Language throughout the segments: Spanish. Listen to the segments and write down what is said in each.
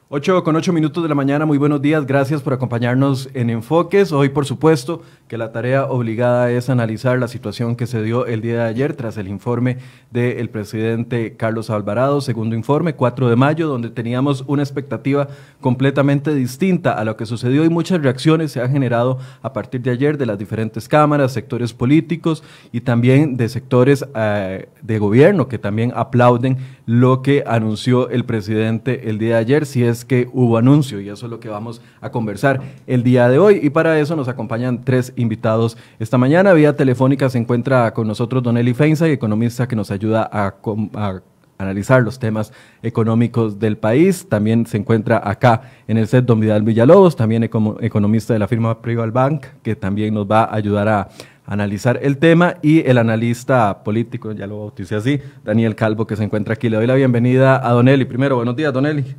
8:08 de la mañana, muy buenos días, gracias por acompañarnos en Enfoques. Hoy, por supuesto, que la tarea obligada es analizar la situación que se dio el día de ayer tras el informe del presidente Carlos Alvarado, segundo informe, 4 de mayo, donde teníamos una expectativa completamente distinta a lo que sucedió y muchas reacciones se han generado a partir de ayer de las diferentes cámaras, sectores políticos y también de sectores de gobierno que también aplauden lo que anunció el presidente el día de ayer, si es que hubo anuncio, y eso es lo que vamos a conversar el día de hoy, y para eso nos acompañan 3 invitados esta mañana. Vía telefónica se encuentra con nosotros don Eli Feinza, economista que nos ayuda a analizar los temas económicos del país. También se encuentra acá en el set don Vidal Villalobos, también economista de la firma Prival Bank, que también nos va a ayudar a analizar el tema, y el analista político, ya lo bauticé así, Daniel Calvo, que se encuentra aquí. Le doy la bienvenida a don Eli. Primero, buenos días, don Eli.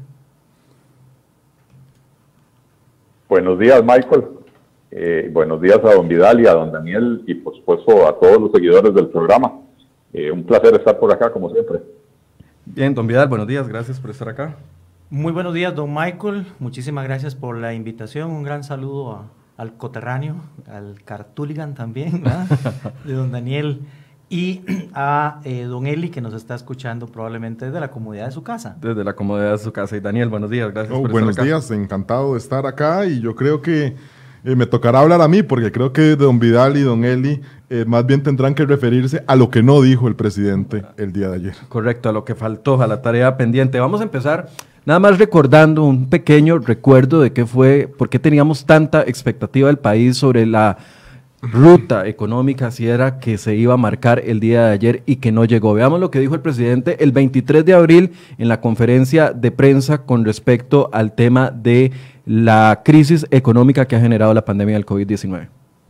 Buenos días, Michael. Buenos días a don Vidal y a don Daniel, y por supuesto a todos los seguidores del programa. Un placer estar por acá, como siempre. Bien, don Vidal, buenos días, gracias por estar acá. Muy buenos días, don Michael. Muchísimas gracias por la invitación. Un gran saludo al coterráneo, al Cartuligan también, ¿verdad? De don Daniel, y a don Eli, que nos está escuchando probablemente desde la comodidad de su casa. Desde la comodidad de su casa. Y Daniel, buenos días, gracias por estar acá. Buenos días, encantado de estar acá, y yo creo que me tocará hablar a mí, porque creo que don Vidal y don Eli más bien tendrán que referirse a lo que no dijo el presidente el día de ayer. Correcto, a lo que faltó, a la tarea pendiente. Vamos a empezar nada más recordando un pequeño recuerdo de qué fue, por qué teníamos tanta expectativa del país sobre la ruta económica, si era que se iba a marcar el día de ayer y que no llegó. Veamos lo que dijo el presidente el 23 de abril en la conferencia de prensa con respecto al tema de la crisis económica que ha generado la pandemia del COVID-19.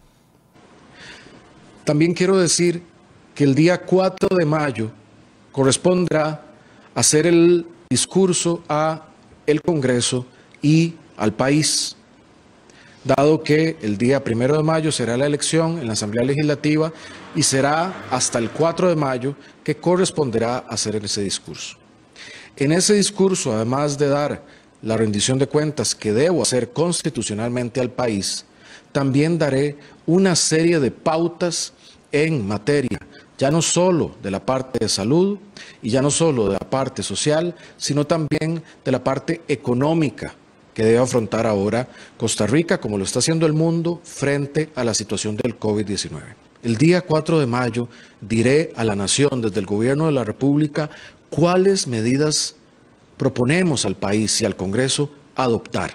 También quiero decir que el día 4 de mayo correspondrá hacer el discurso a el Congreso y al país, dado que el día 1 de mayo será la elección en la Asamblea Legislativa y será hasta el 4 de mayo que corresponderá hacer ese discurso. En ese discurso, además de dar la rendición de cuentas que debo hacer constitucionalmente al país, también daré una serie de pautas en materia, ya no solo de la parte de salud y ya no solo de la parte social, sino también de la parte económica que debe afrontar ahora Costa Rica, como lo está haciendo el mundo, frente a la situación del COVID-19. El día 4 de mayo diré a la Nación, desde el Gobierno de la República, cuáles medidas proponemos al país y al Congreso adoptar.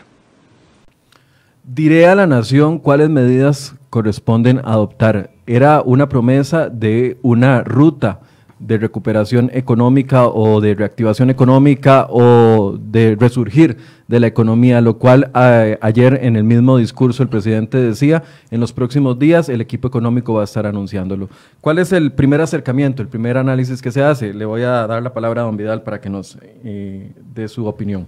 Diré a la Nación cuáles medidas corresponden adoptar. Era una promesa de una ruta de recuperación económica o de reactivación económica o de resurgir de la economía, lo cual ayer en el mismo discurso el presidente decía, en los próximos días el equipo económico va a estar anunciándolo. ¿Cuál es el primer acercamiento, el primer análisis que se hace? Le voy a dar la palabra a don Vidal para que nos dé su opinión.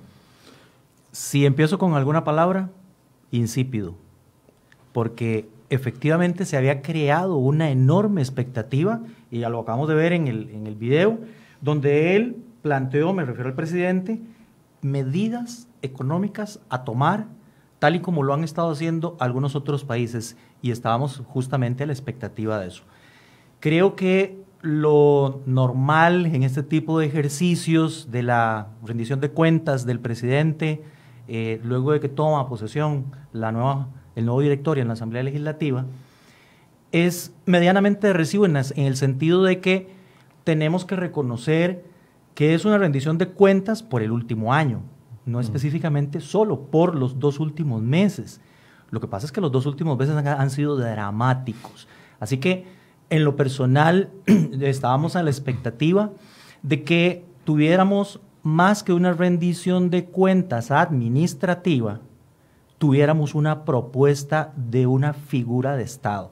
Si empiezo con alguna palabra, insípido, porque efectivamente se había creado una enorme expectativa, y ya lo acabamos de ver en el video, donde él planteó, me refiero al presidente, medidas económicas a tomar, tal y como lo han estado haciendo algunos otros países, y estábamos justamente a la expectativa de eso. Creo que lo normal en este tipo de ejercicios de la rendición de cuentas del presidente, luego de que toma posesión el nuevo directorio en la Asamblea Legislativa, es medianamente de recibo en el sentido de que tenemos que reconocer que es una rendición de cuentas por el último año, no específicamente solo por los 2 últimos meses. Lo que pasa es que los 2 últimos meses han sido dramáticos. Así que en lo personal estábamos a la expectativa de que tuviéramos más que una rendición de cuentas administrativa, tuviéramos una propuesta de una figura de Estado.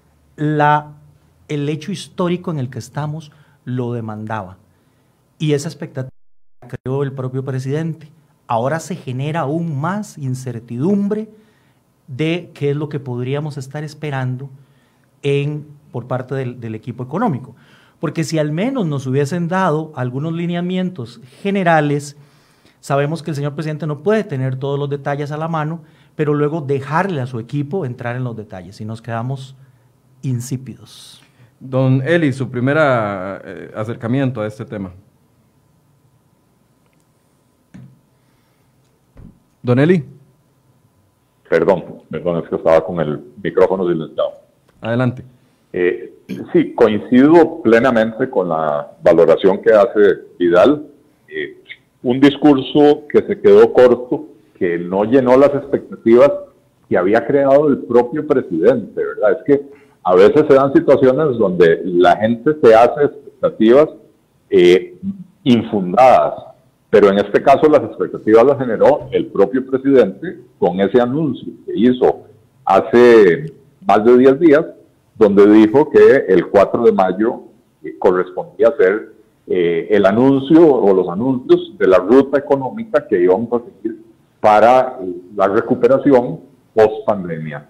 El hecho histórico en el que estamos lo demandaba, y esa expectativa la creó el propio presidente. Ahora se genera aún más incertidumbre de qué es lo que podríamos estar esperando por parte del equipo económico. Porque si al menos nos hubiesen dado algunos lineamientos generales Sabemos que el señor presidente no puede tener todos los detalles a la mano, pero luego dejarle a su equipo entrar en los detalles y nos quedamos insípidos. Don Eli, su primer acercamiento a este tema. Don Eli. Perdón, es que estaba con el micrófono silenciado. Adelante. Sí, coincido plenamente con la valoración que hace Vidal. Un discurso que se quedó corto, que no llenó las expectativas que había creado el propio presidente, ¿verdad? Es que a veces se dan situaciones donde la gente se hace expectativas infundadas, pero en este caso las expectativas las generó el propio presidente con ese anuncio que hizo hace más de 10 días, donde dijo que el 4 de mayo correspondía ser el anuncio o los anuncios de la ruta económica que íbamos a seguir para la recuperación post-pandemia.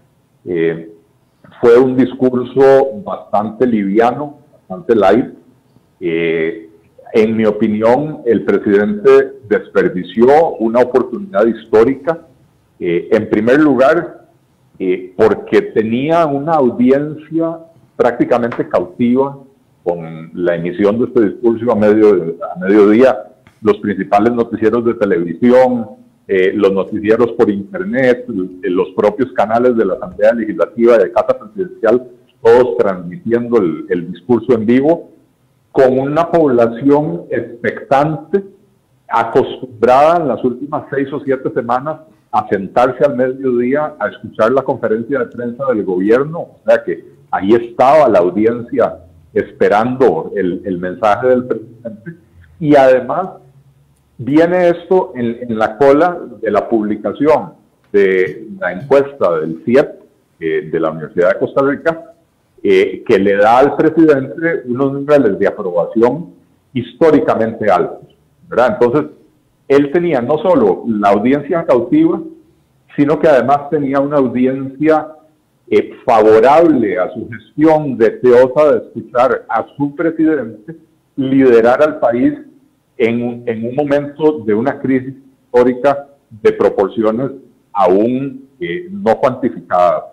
Fue un discurso bastante liviano, bastante light. En mi opinión, el presidente desperdició una oportunidad histórica, en primer lugar, porque tenía una audiencia prácticamente cautiva con la emisión de este discurso a mediodía, los principales noticieros de televisión, los noticieros por internet, los propios canales de la Asamblea Legislativa y de Casa Presidencial, todos transmitiendo el discurso en vivo, con una población expectante, acostumbrada en las últimas 6 o 7 semanas a sentarse al mediodía a escuchar la conferencia de prensa del gobierno. O sea que ahí estaba la audiencia esperando el mensaje del presidente. Y además viene esto en la cola de la publicación de la encuesta del CIEP, de la Universidad de Costa Rica, que le da al presidente unos niveles de aprobación históricamente altos, ¿verdad? Entonces, él tenía no solo la audiencia cautiva, sino que además tenía una audiencia favorable a su gestión, deseosa de escuchar a su presidente liderar al país en un momento de una crisis histórica de proporciones aún no cuantificadas.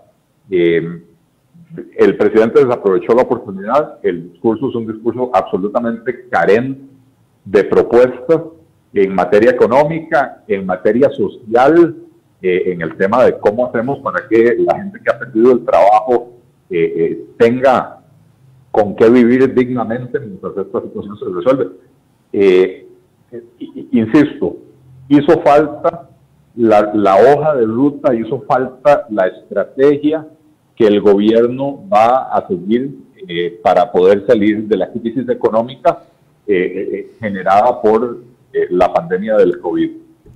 El presidente desaprovechó la oportunidad. El discurso es un discurso absolutamente carente de propuestas en materia económica, en materia social, en el tema de cómo hacemos para que la gente que ha perdido el trabajo tenga con qué vivir dignamente mientras esta situación se resuelve. Insisto, hizo falta la hoja de ruta, hizo falta la estrategia que el gobierno va a seguir para poder salir de la crisis económica generada por la pandemia del COVID.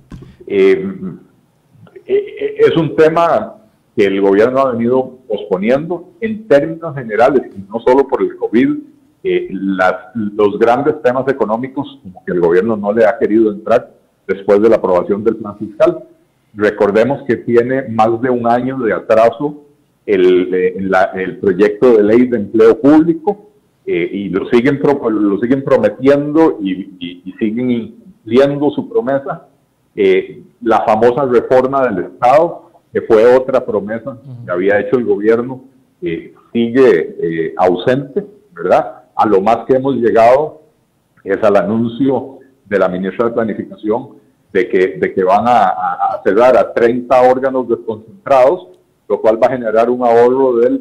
Es un tema que el gobierno ha venido posponiendo en términos generales, y no solo por el COVID. Los grandes temas económicos, como que el gobierno no le ha querido entrar después de la aprobación del plan fiscal. Recordemos que tiene más de un año de atraso el proyecto de ley de empleo público, y lo siguen prometiendo y siguen incumpliendo su promesa. La famosa reforma del Estado, que fue otra promesa que había hecho el gobierno, sigue ausente, ¿verdad? A lo más que hemos llegado es al anuncio de la ministra de Planificación de que van a cerrar a 30 órganos desconcentrados, lo cual va a generar un ahorro del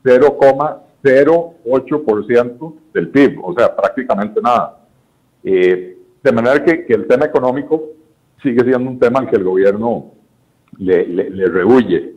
0,08% del PIB, o sea, prácticamente nada. De manera que el tema económico sigue siendo un tema al que el gobierno le rehuye.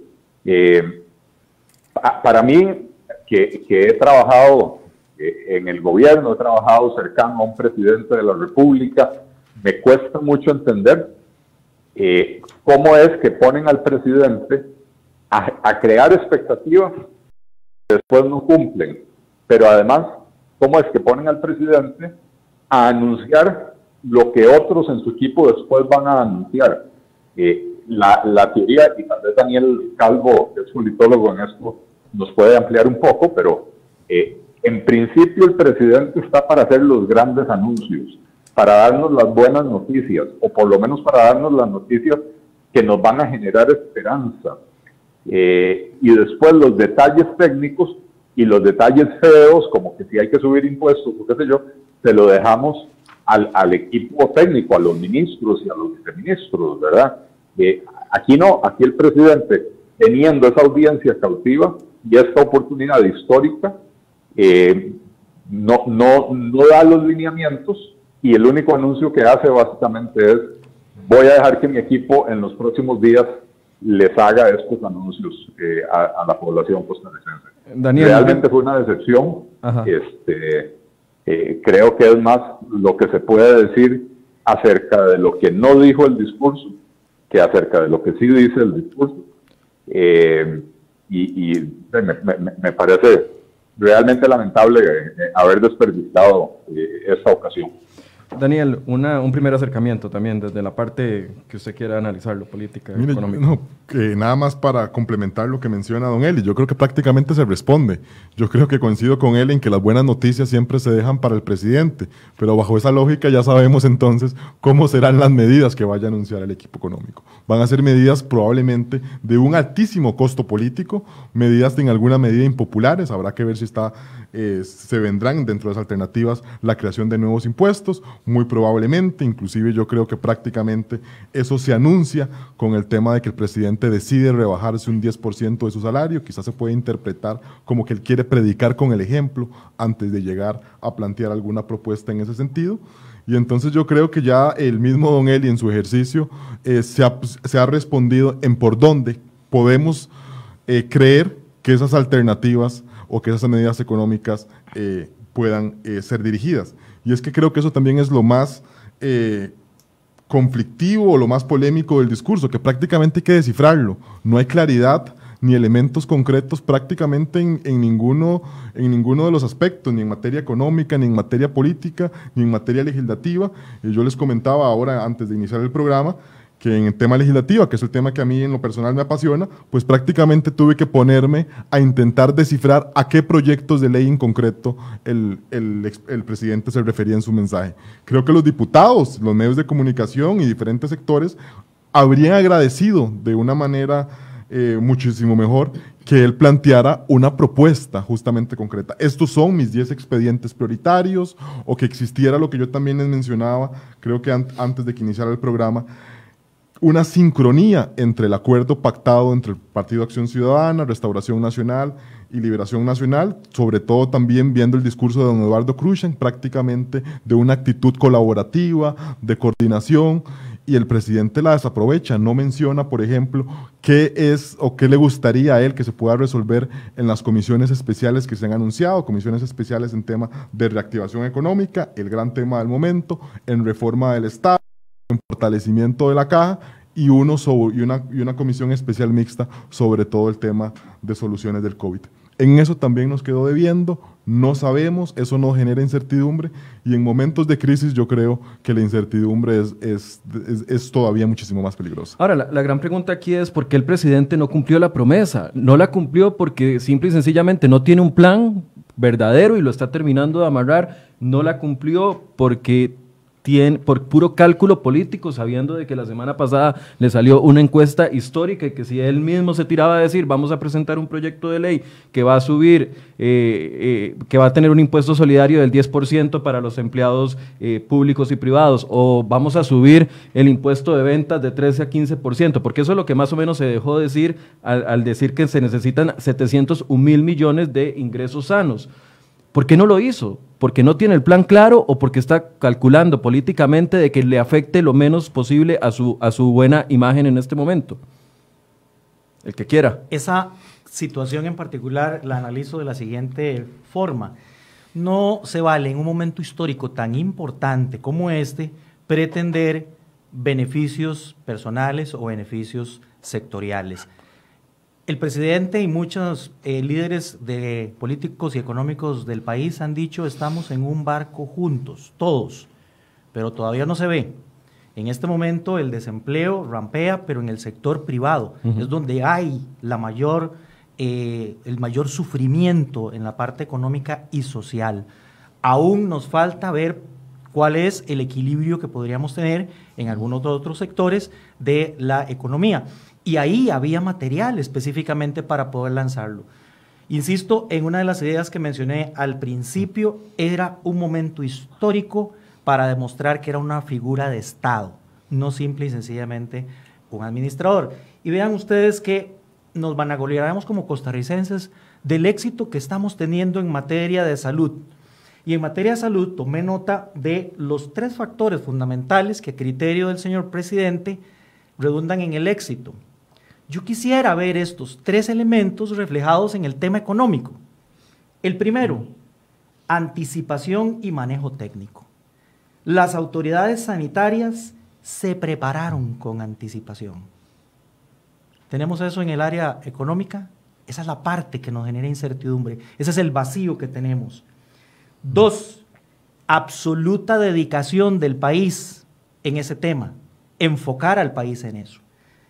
Para mí, que he trabajado en el gobierno, he trabajado cercano a un presidente de la República, me cuesta mucho entender cómo es que ponen al presidente a crear expectativas que después no cumplen, pero además, cómo es que ponen al presidente a anunciar lo que otros en su equipo después van a anunciar. La teoría, y tal vez Daniel Calvo, que es politólogo en esto, nos puede ampliar un poco, pero en principio el presidente está para hacer los grandes anuncios, para darnos las buenas noticias, o por lo menos para darnos las noticias que nos van a generar esperanza. Y después los detalles técnicos y los detalles feos, como que si hay que subir impuestos o qué sé yo, se lo dejamos al equipo técnico, a los ministros y a los viceministros, ¿verdad? Aquí no, aquí el presidente, teniendo esa audiencia cautiva y esta oportunidad histórica, no da los lineamientos, y el único anuncio que hace básicamente es: voy a dejar que mi equipo en los próximos días les haga estos anuncios a la población costarricense. Daniel, realmente fue una decepción. Creo que es más lo que se puede decir acerca de lo que no dijo el discurso que acerca de lo que sí dice el discurso. Me parece realmente lamentable haber desperdiciado esta ocasión. Daniel, un primer acercamiento también desde la parte que usted quiera analizarlo, política, económica. No, nada más para complementar lo que menciona don Eli, yo creo que prácticamente se responde. Yo creo que coincido con él en que las buenas noticias siempre se dejan para el presidente, pero bajo esa lógica ya sabemos entonces cómo serán las medidas que vaya a anunciar el equipo económico. Van a ser medidas probablemente de un altísimo costo político, medidas en alguna medida impopulares, habrá que ver si se vendrán dentro de las alternativas la creación de nuevos impuestos, muy probablemente, inclusive yo creo que prácticamente eso se anuncia con el tema de que el presidente decide rebajarse un 10% de su salario. Quizás se puede interpretar como que él quiere predicar con el ejemplo antes de llegar a plantear alguna propuesta en ese sentido. Y entonces yo creo que ya el mismo don Eli en su ejercicio se ha respondido en por dónde podemos creer que esas alternativas o que esas medidas económicas puedan ser dirigidas. Y es que creo que eso también es lo más conflictivo o lo más polémico del discurso, que prácticamente hay que descifrarlo. No hay claridad ni elementos concretos prácticamente en ninguno de los aspectos, ni en materia económica, ni en materia política, ni en materia legislativa. Yo les comentaba ahora, antes de iniciar el programa, que en el tema legislativo, que es el tema que a mí en lo personal me apasiona, pues prácticamente tuve que ponerme a intentar descifrar a qué proyectos de ley en concreto el presidente se refería en su mensaje. Creo que los diputados, los medios de comunicación y diferentes sectores habrían agradecido de una manera muchísimo mejor que él planteara una propuesta justamente concreta. Estos son mis 10 expedientes prioritarios, o que existiera lo que yo también les mencionaba, creo que antes de que iniciara el programa, una sincronía entre el acuerdo pactado entre el Partido Acción Ciudadana, Restauración Nacional y Liberación Nacional, sobre todo también viendo el discurso de don Eduardo Cruxen, prácticamente de una actitud colaborativa, de coordinación, y el presidente la desaprovecha, no menciona, por ejemplo, qué es o qué le gustaría a él que se pueda resolver en las comisiones especiales que se han anunciado, comisiones especiales en tema de reactivación económica, el gran tema del momento, en reforma del Estado, en fortalecimiento de la caja, y una comisión especial mixta sobre todo el tema de soluciones del COVID. En eso también nos quedó debiendo, no sabemos, eso nos genera incertidumbre, y en momentos de crisis yo creo que la incertidumbre es todavía muchísimo más peligrosa. Ahora, la gran pregunta aquí es ¿por qué el presidente no cumplió la promesa? No la cumplió porque simple y sencillamente no tiene un plan verdadero y lo está terminando de amarrar. No la cumplió porque por puro cálculo político, sabiendo de que la semana pasada le salió una encuesta histórica y que si él mismo se tiraba a decir vamos a presentar un proyecto de ley que va a subir, que va a tener un impuesto solidario del 10% para los empleados públicos y privados, o vamos a subir el impuesto de ventas de 13 a 15%, porque eso es lo que más o menos se dejó decir al decir que se necesitan 701,000 millones de ingresos sanos. ¿Por qué no lo hizo? ¿Porque no tiene el plan claro o porque está calculando políticamente de que le afecte lo menos posible a su buena imagen en este momento? El que quiera. Esa situación en particular la analizo de la siguiente forma. No se vale en un momento histórico tan importante como este pretender beneficios personales o beneficios sectoriales. El presidente y muchos líderes políticos y económicos del país han dicho estamos en un barco juntos, todos, pero todavía no se ve. En este momento el desempleo rampea, pero en el sector privado es donde hay el mayor sufrimiento en la parte económica y social. Aún nos falta ver cuál es el equilibrio que podríamos tener en algunos otros sectores de la economía. Y ahí había material específicamente para poder lanzarlo. Insisto, en una de las ideas que mencioné al principio, era un momento histórico para demostrar que era una figura de Estado, no simple y sencillamente un administrador. Y vean ustedes que nos vanagloriaremos como costarricenses del éxito que estamos teniendo en materia de salud. Y en materia de salud tomé nota de los 3 factores fundamentales que a criterio del señor presidente redundan en el éxito. Yo quisiera ver estos 3 elementos reflejados en el tema económico. El primero, anticipación y manejo técnico. Las autoridades sanitarias se prepararon con anticipación. ¿Tenemos eso en el área económica? Esa es la parte que nos genera incertidumbre. Ese es el vacío que tenemos. 2, absoluta dedicación del país en ese tema, enfocar al país en eso.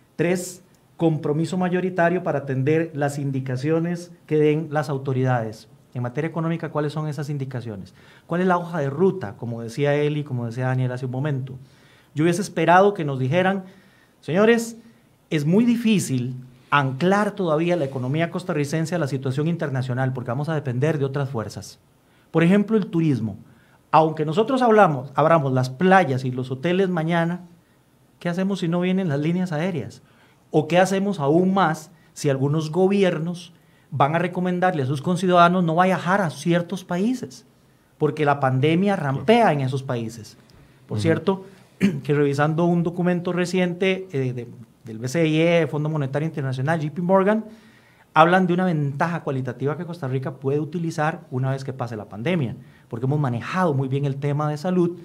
3, compromiso mayoritario para atender las indicaciones que den las autoridades. En materia económica, ¿cuáles son esas indicaciones? ¿Cuál es la hoja de ruta? Como decía él y como decía Daniel hace un momento. Yo hubiese esperado que nos dijeran, señores, es muy difícil anclar todavía la economía costarricense a la situación internacional porque vamos a depender de otras fuerzas. Por ejemplo, el turismo. Aunque nosotros abramos las playas y los hoteles mañana, ¿qué hacemos si no vienen las líneas aéreas? ¿O qué hacemos aún más si algunos gobiernos van a recomendarle a sus conciudadanos no viajar a ciertos países? Porque la pandemia rampea en esos países. Por cierto, que revisando un documento reciente del BCE, Fondo Monetario Internacional, JP Morgan, hablan de una ventaja cualitativa que Costa Rica puede utilizar una vez que pase la pandemia, porque hemos manejado muy bien el tema de salud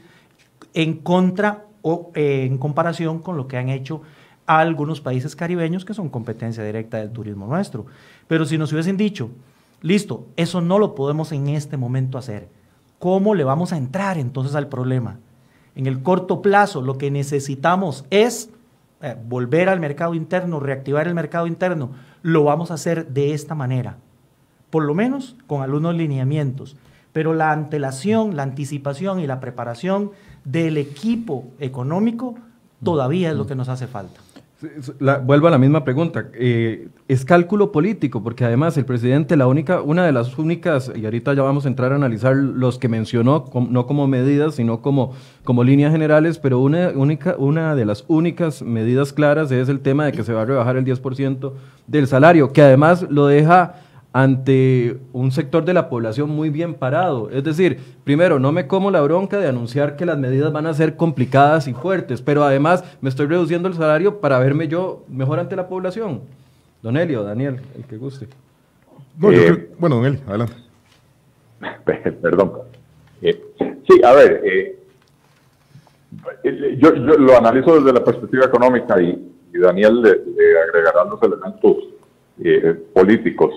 en contra o en comparación con lo que han hecho algunos países caribeños que son competencia directa del turismo nuestro. Pero si nos hubiesen dicho, listo, eso no lo podemos en este momento hacer, ¿cómo le vamos a entrar entonces al problema? En el corto plazo lo que necesitamos es volver al mercado interno, reactivar el mercado interno. Lo vamos a hacer de esta manera, por lo menos con algunos lineamientos. Pero la antelación, la anticipación y la preparación del equipo económico todavía es lo que nos hace falta. Vuelvo a la misma pregunta, es cálculo político, porque además el presidente, una de las únicas, y ahorita ya vamos a entrar a analizar los que mencionó, no como medidas, sino como líneas generales, pero una de las únicas medidas claras es el tema de que se va a rebajar el 10% del salario, que además lo deja ante un sector de la población muy bien parado. Es decir, primero, no me como la bronca de anunciar que las medidas van a ser complicadas y fuertes, pero además me estoy reduciendo el salario para verme yo mejor ante la población. Don Elio, Daniel, el que guste. No, bueno, don Eli, adelante. Perdón. Sí, a ver, yo lo analizo desde la perspectiva económica y Daniel le agregará los elementos políticos.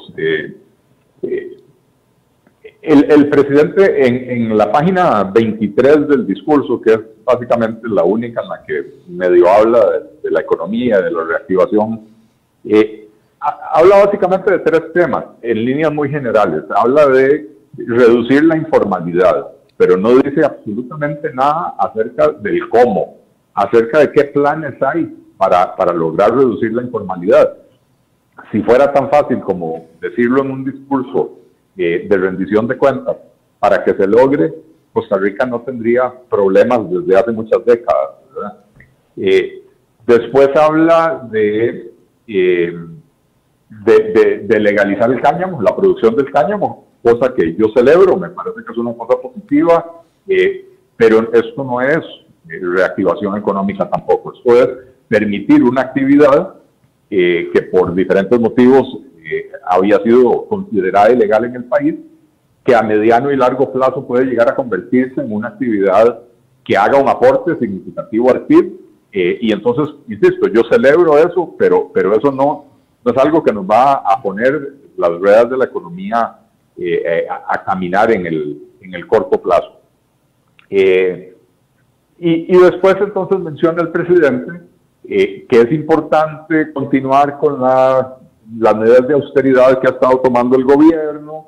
El presidente en la página 23 del discurso, que es básicamente la única en la que medio habla de la economía, de la reactivación, habla básicamente de 3 temas en líneas muy generales. Habla de reducir la informalidad, pero no dice absolutamente nada acerca del cómo, acerca de qué planes hay para lograr reducir la informalidad. Si fuera tan fácil como decirlo en un discurso de rendición de cuentas, para que se logre, Costa Rica no tendría problemas desde hace muchas décadas, ¿verdad? Después habla de legalizar el cáñamo, la producción del cáñamo, cosa que yo celebro, me parece que es una cosa positiva, pero esto no es reactivación económica tampoco. Esto es permitir una actividad que por diferentes motivos había sido considerada ilegal en el país, que a mediano y largo plazo puede llegar a convertirse en una actividad que haga un aporte significativo al PIB. Y entonces, insisto, yo celebro eso, pero eso no es algo que nos va a poner las ruedas de la economía a caminar en el corto plazo. Y después entonces menciona el presidente que es importante continuar con las medidas de austeridad que ha estado tomando el gobierno,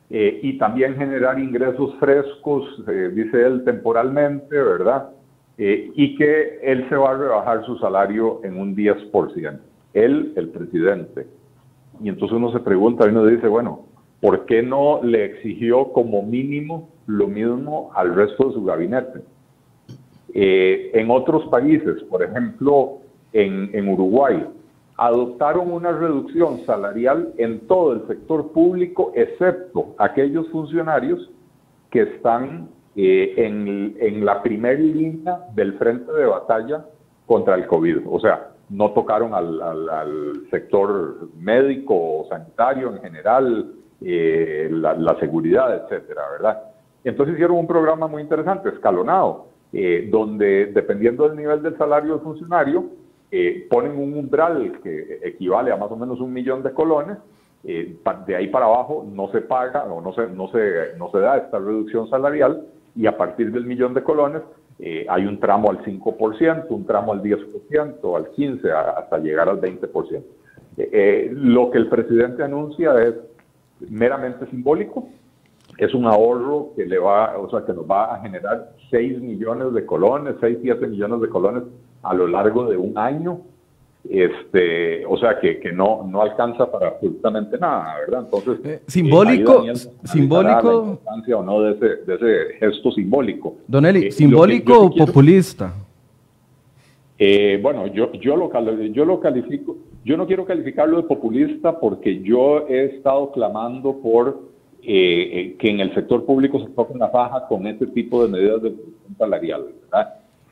y también generar ingresos frescos, dice él, temporalmente, ¿verdad? Y que él se va a rebajar su salario en un 10%. Él, el presidente. Y entonces uno se pregunta y uno dice, bueno, ¿por qué no le exigió como mínimo lo mismo al resto de su gabinete? En otros países, por ejemplo, en Uruguay, adoptaron una reducción salarial en todo el sector público, excepto aquellos funcionarios que están en la primera línea del frente de batalla contra el COVID. O sea, no tocaron al sector médico o sanitario en general, la seguridad, etcétera, ¿verdad? Entonces hicieron un programa muy interesante, escalonado, donde dependiendo del nivel del salario del funcionario, ponen un umbral que equivale a más o menos 1 millón de colones. De ahí para abajo no se paga o no se da esta reducción salarial, y a partir del 1 millón de colones hay un tramo al 5%, un tramo al 10%, al 15%, hasta llegar al 20%. Lo que el presidente anuncia es meramente simbólico, es un ahorro que nos va a generar 6 millones de colones, 6, 7 millones de colones a lo largo de un año. O sea que no alcanza para absolutamente nada, ¿verdad? Entonces, simbólico, la importancia o no de ese gesto simbólico. Don Eli, ¿simbólico o populista? Bueno, yo lo califico, yo no quiero calificarlo de populista porque yo he estado clamando por que en el sector público se toque una faja con este tipo de medidas de reducción salarial, ¿verdad?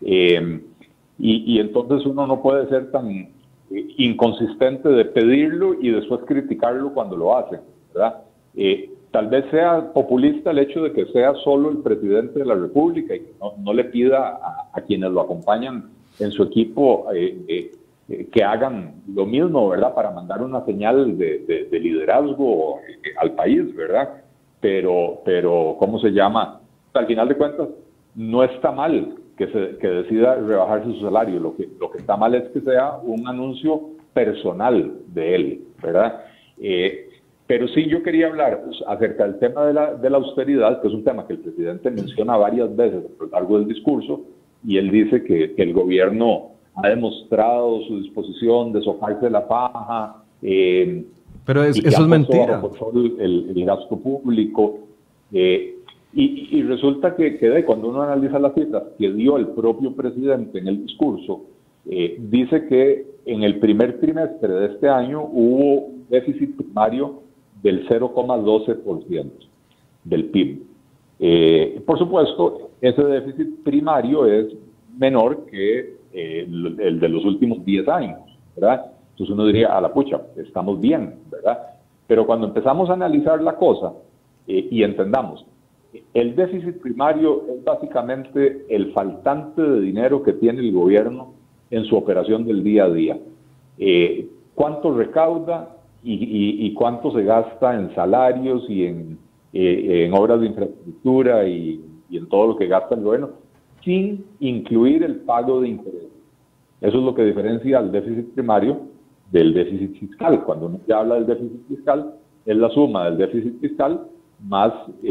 Y entonces uno no puede ser tan inconsistente de pedirlo y después criticarlo cuando lo hacen, ¿verdad? Tal vez sea populista el hecho de que sea solo el presidente de la República y que no le pida a quienes lo acompañan en su equipo que hagan lo mismo, ¿verdad? Para mandar una señal de liderazgo al país, ¿verdad? Pero ¿cómo se llama? Al final de cuentas, no está mal que decida rebajarse su salario. Lo que está mal es que sea un anuncio personal de él, ¿verdad? Pero sí, yo quería hablar acerca del tema de la austeridad, que es un tema que el presidente menciona varias veces a lo largo del discurso, y él dice que el gobierno ha demostrado su disposición de sojarse la paja. Pero eso es mentira. El gasto público. Y resulta que cuando uno analiza las cifras que dio el propio presidente en el discurso, dice que en el primer trimestre de este año hubo un déficit primario del 0,12% del PIB. Por supuesto, ese déficit primario es menor que el de los últimos 10 años, ¿verdad? Entonces uno diría, a la pucha, estamos bien, ¿verdad? Pero cuando empezamos a analizar la cosa y entendamos, el déficit primario es básicamente el faltante de dinero que tiene el gobierno en su operación del día a día. ¿Cuánto recauda y cuánto se gasta en salarios y en obras de infraestructura y en todo lo que gasta el gobierno, sin incluir el pago de intereses? Eso es lo que diferencia al déficit primario del déficit fiscal. Cuando uno ya habla del déficit fiscal, es la suma del déficit fiscal más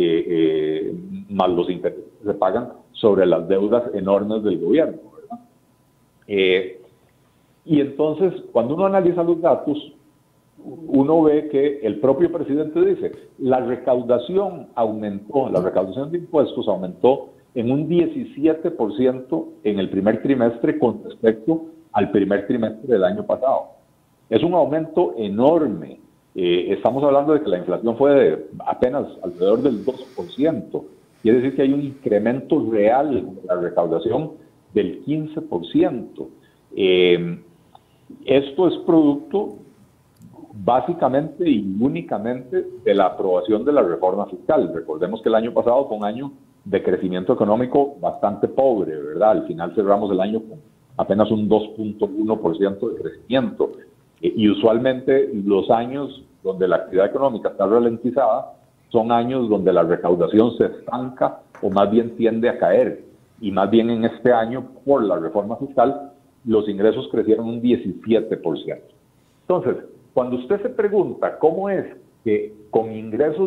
los intereses que se pagan sobre las deudas enormes del gobierno, ¿verdad? Y entonces, cuando uno analiza los datos, uno ve que el propio presidente dice, la recaudación de impuestos aumentó en un 17% en el primer trimestre con respecto al primer trimestre del año pasado. Es un aumento enorme. Estamos hablando de que la inflación fue de apenas alrededor del 2%. Quiere decir que hay un incremento real de la recaudación del 15%. Esto es producto básicamente y únicamente de la aprobación de la reforma fiscal. Recordemos que el año pasado fue un año de crecimiento económico bastante pobre, ¿verdad? Al final cerramos el año con apenas un 2.1% de crecimiento. Y usualmente los años donde la actividad económica está ralentizada son años donde la recaudación se estanca o más bien tiende a caer. Y más bien en este año, por la reforma fiscal, los ingresos crecieron un 17%. Entonces, cuando usted se pregunta cómo es que con ingresos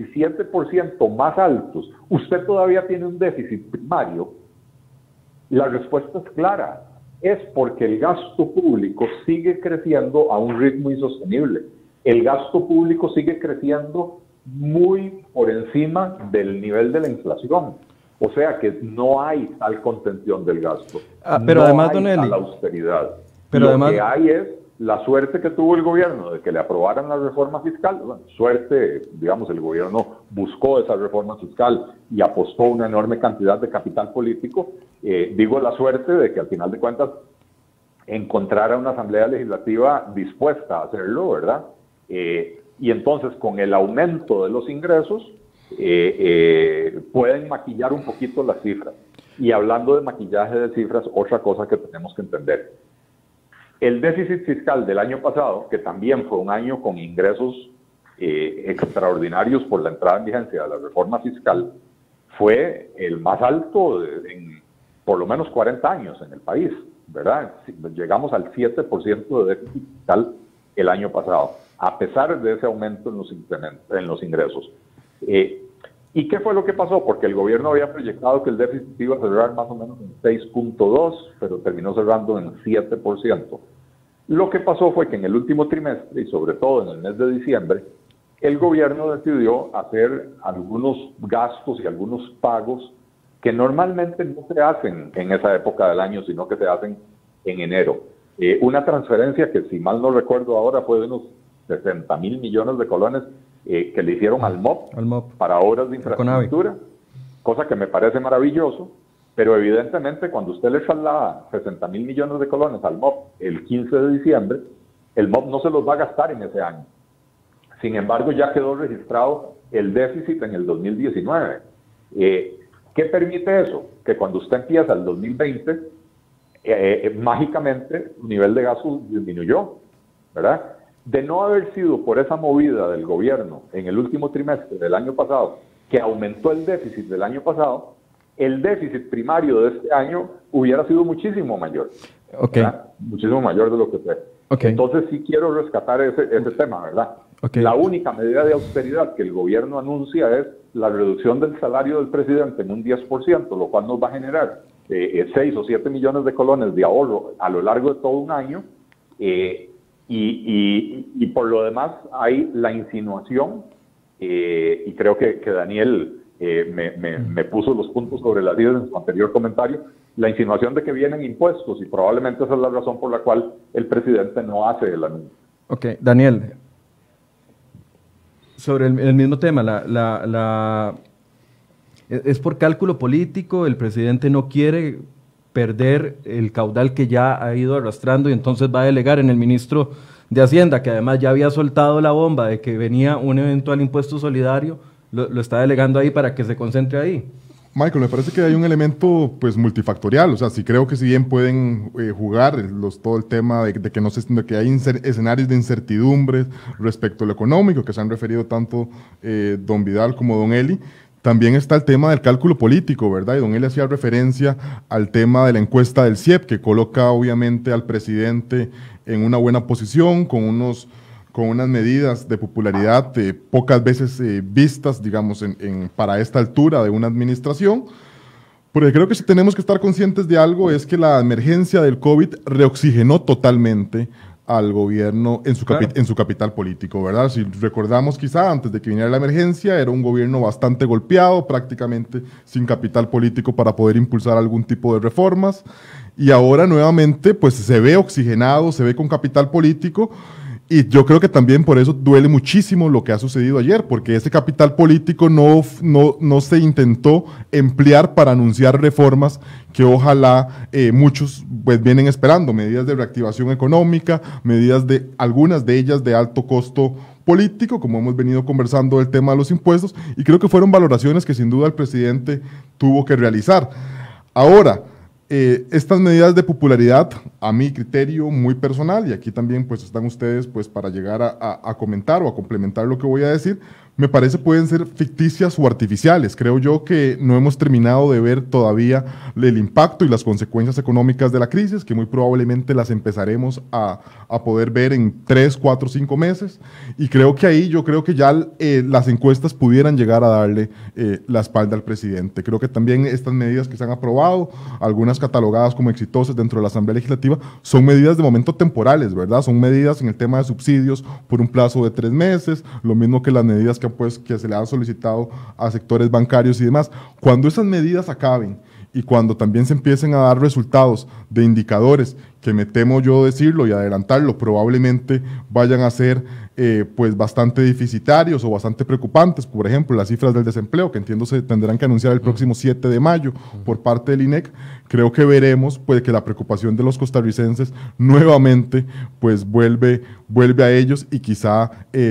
17% más altos, usted todavía tiene un déficit primario, la respuesta es clara. Es porque el gasto público sigue creciendo a un ritmo insostenible. El gasto público sigue creciendo muy por encima del nivel de la inflación. O sea que no hay tal contención del gasto. Pero no además, hay don Eli, tal austeridad. pero Lo además, que hay es la suerte que tuvo el gobierno de que le aprobaran la reforma fiscal. Bueno, suerte, digamos, el gobierno buscó esa reforma fiscal y apostó una enorme cantidad de capital político. Digo la suerte de que al final de cuentas encontrara una asamblea legislativa dispuesta a hacerlo, ¿verdad? Y entonces con el aumento de los ingresos pueden maquillar un poquito las cifras. Y hablando de maquillaje de cifras, otra cosa que tenemos que entender. El déficit fiscal del año pasado, que también fue un año con ingresos extraordinarios por la entrada en vigencia de la reforma fiscal, fue el más alto en por lo menos 40 años en el país, ¿verdad? Llegamos al 7% de déficit fiscal el año pasado, a pesar de ese aumento en los ingresos. ¿Y qué fue lo que pasó? Porque el gobierno había proyectado que el déficit iba a cerrar más o menos en 6.2, pero terminó cerrando en 7%. Lo que pasó fue que en el último trimestre, y sobre todo en el mes de diciembre, el gobierno decidió hacer algunos gastos y algunos pagos que normalmente no se hacen en esa época del año, sino que se hacen en enero. Una transferencia que, si mal no recuerdo ahora, fue de unos 60.000 millones de colones que le hicieron al MOP para obras de infraestructura, cosa que me parece maravilloso, pero evidentemente cuando usted le traslada 60.000 millones de colones al MOP el 15 de diciembre, el MOP no se los va a gastar en ese año. Sin embargo, ya quedó registrado el déficit en el 2019. ¿Qué permite eso? Que cuando usted empieza el 2020, mágicamente su nivel de gasto disminuyó, ¿verdad? De no haber sido por esa movida del gobierno en el último trimestre del año pasado, que aumentó el déficit del año pasado, el déficit primario de este año hubiera sido muchísimo mayor. ¿Verdad? Muchísimo mayor de lo que fue. Entonces sí quiero rescatar ese tema, ¿verdad? La única medida de austeridad que el gobierno anuncia es la reducción del salario del presidente en un 10%, lo cual nos va a generar 6 o 7 millones de colones de ahorro a lo largo de todo un año. Y por lo demás hay la insinuación, y creo que Daniel me puso los puntos sobre las ideas en su anterior comentario, la insinuación de que vienen impuestos, y probablemente esa es la razón por la cual el presidente no hace el anuncio. Daniel, sobre el mismo tema, es por cálculo político, el presidente no quiere perder el caudal que ya ha ido arrastrando y entonces va a delegar en el ministro de Hacienda, que además ya había soltado la bomba de que venía un eventual impuesto solidario, lo está delegando ahí para que se concentre ahí. Michael, me parece que hay un elemento pues multifactorial, o sea, sí creo que si bien pueden jugar todo el tema de que hay escenarios de incertidumbres respecto a lo económico, que se han referido tanto don Vidal como don Eli. También está el tema del cálculo político, ¿verdad? Y don Eli hacía referencia al tema de la encuesta del CIEP, que coloca obviamente al presidente en una buena posición, con unas medidas de popularidad pocas veces vistas, digamos, para esta altura de una administración. Porque creo que si tenemos que estar conscientes de algo es que la emergencia del COVID reoxigenó totalmente al gobierno en su capital político, ¿verdad? Si recordamos quizá antes de que viniera la emergencia, era un gobierno bastante golpeado, prácticamente sin capital político para poder impulsar algún tipo de reformas, y ahora nuevamente pues se ve oxigenado, se ve con capital político, y yo creo que también por eso duele muchísimo lo que ha sucedido ayer, porque ese capital político no se intentó emplear para anunciar reformas que ojalá muchos pues vienen esperando, medidas de reactivación económica, algunas de ellas de alto costo político, como hemos venido conversando del tema de los impuestos, y creo que fueron valoraciones que sin duda el presidente tuvo que realizar. Ahora, estas medidas de popularidad, a mi criterio muy personal, y aquí también pues están ustedes pues para llegar a comentar o a complementar lo que voy a decir, me parece pueden ser ficticias o artificiales. Creo yo que no hemos terminado de ver todavía el impacto y las consecuencias económicas de la crisis, que muy probablemente las empezaremos a poder ver en 3, 4, 5 meses. Y creo que ahí yo creo que ya las encuestas pudieran llegar a darle la espalda al presidente. Creo que también estas medidas que se han aprobado, algunas catalogadas como exitosas dentro de la Asamblea Legislativa, son medidas de momento temporales, ¿verdad? Son medidas en el tema de subsidios por un plazo de 3 meses, lo mismo que las medidas que se le han solicitado a sectores bancarios y demás. Cuando esas medidas acaben y cuando también se empiecen a dar resultados de indicadores que me temo yo decirlo y adelantarlo, probablemente vayan a ser pues bastante deficitarios o bastante preocupantes. Por ejemplo, las cifras del desempleo, que entiendo se tendrán que anunciar el próximo 7 de mayo por parte del INEC, creo que veremos pues que la preocupación de los costarricenses nuevamente pues vuelve a ellos y quizá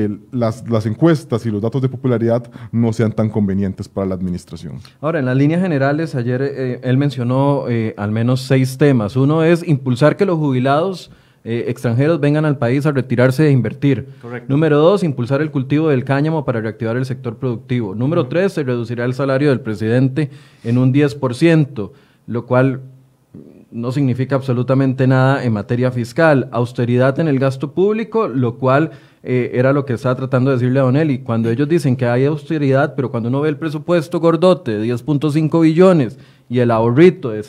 las encuestas y los datos de popularidad no sean tan convenientes para la administración. Ahora, en las líneas generales, ayer él mencionó al menos 6 temas. Uno es impulsar que los jubilados extranjeros vengan al país a retirarse e invertir. Correcto. Número 2, impulsar el cultivo del cáñamo para reactivar el sector productivo. Número 3, se reducirá el salario del presidente en un 10%, lo cual no significa absolutamente nada en materia fiscal. Austeridad en el gasto público, lo cual era lo que estaba tratando de decirle a Don Eli. Cuando ellos dicen que hay austeridad, pero cuando uno ve el presupuesto gordote de 10.5 billones y el ahorrito de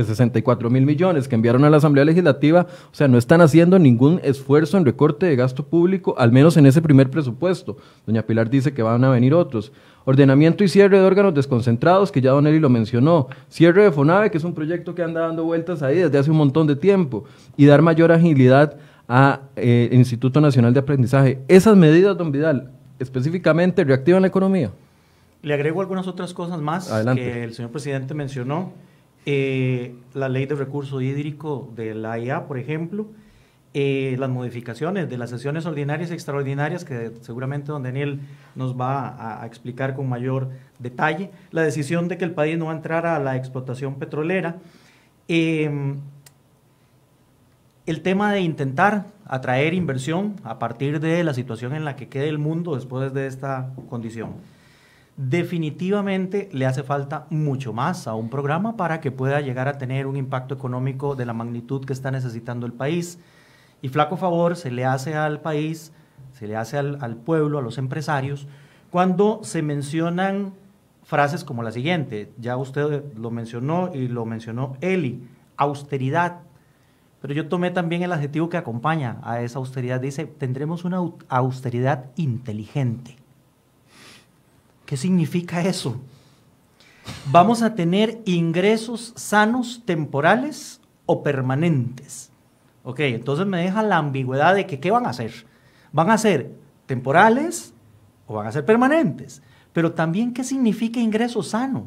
64 mil millones que enviaron a la Asamblea Legislativa, o sea, no están haciendo ningún esfuerzo en recorte de gasto público, al menos en ese primer presupuesto. Doña Pilar dice que van a venir otros. Ordenamiento y cierre de órganos desconcentrados, que ya Don Eli lo mencionó. Cierre de FONAVE, que es un proyecto que anda dando vueltas ahí desde hace un montón de tiempo. Y dar mayor agilidad a el Instituto Nacional de Aprendizaje. Esas medidas, don Vidal, específicamente reactivan la economía. Le agrego algunas otras cosas más. Adelante. Que el señor presidente mencionó. La ley de recurso hídrico de la AIA, por ejemplo, las modificaciones de las sesiones ordinarias y extraordinarias, que seguramente don Daniel nos va a explicar con mayor detalle, la decisión de que el país no va a entrar a la explotación petrolera, el tema de intentar atraer inversión a partir de la situación en la que quede el mundo después de esta condición. Definitivamente le hace falta mucho más a un programa para que pueda llegar a tener un impacto económico de la magnitud que está necesitando el país. Y flaco favor se le hace al país, se le hace al pueblo, a los empresarios, cuando se mencionan frases como la siguiente. Ya usted lo mencionó y lo mencionó Eli, austeridad. Pero yo tomé también el adjetivo que acompaña a esa austeridad. Dice, tendremos una austeridad inteligente. ¿Qué significa eso? ¿Vamos a tener ingresos sanos temporales o permanentes? Ok, entonces me deja la ambigüedad de que ¿qué van a hacer? ¿Van a ser temporales o van a ser permanentes? Pero también, ¿qué significa ingreso sano?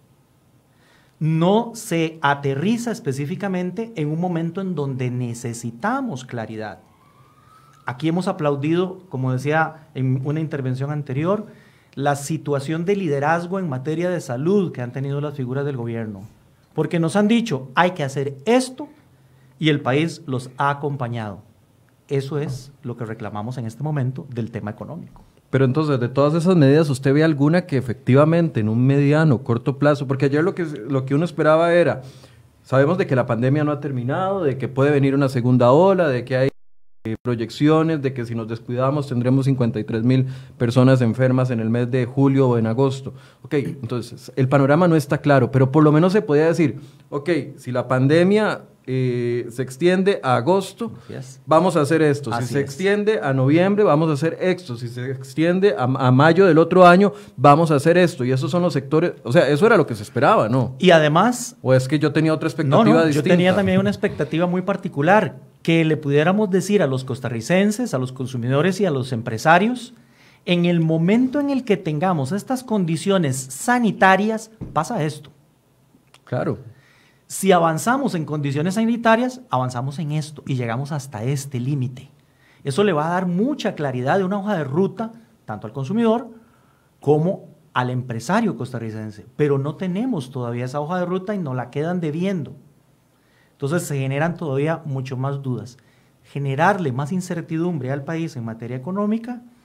No se aterriza específicamente en un momento en donde necesitamos claridad. Aquí hemos aplaudido, como decía en una intervención anterior, la situación de liderazgo en materia de salud que han tenido las figuras del gobierno, porque nos han dicho, hay que hacer esto, y el país los ha acompañado. Eso es lo que reclamamos en este momento del tema económico. Pero entonces, de todas esas medidas, ¿usted ve alguna que efectivamente en un mediano, corto plazo, porque ayer lo que uno esperaba era, sabemos de que la pandemia no ha terminado, de que puede venir una segunda ola, de que hay proyecciones, de que si nos descuidamos tendremos 53,000 personas enfermas en el mes de julio o en agosto? Ok, entonces, el panorama no está claro, pero por lo menos se podía decir, ok, si la pandemia se extiende a agosto, vamos a hacer esto. Si se extiende a noviembre, vamos a hacer esto. Si se extiende a mayo del otro año, vamos a hacer esto. Y esos son los sectores, o sea, eso era lo que se esperaba, ¿no? Y además... ¿O es que yo tenía otra expectativa distinta? Yo tenía también una expectativa muy particular, que le pudiéramos decir a los costarricenses, a los consumidores y a los empresarios, en el momento en el que tengamos estas condiciones sanitarias, pasa esto. Claro. Si avanzamos en condiciones sanitarias, avanzamos en esto y llegamos hasta este límite. Eso le va a dar mucha claridad de una hoja de ruta, tanto al consumidor como al empresario costarricense. Pero no tenemos todavía esa hoja de ruta y nos la quedan debiendo. Entonces se generan todavía mucho más dudas. Generarle más incertidumbre al país en materia económica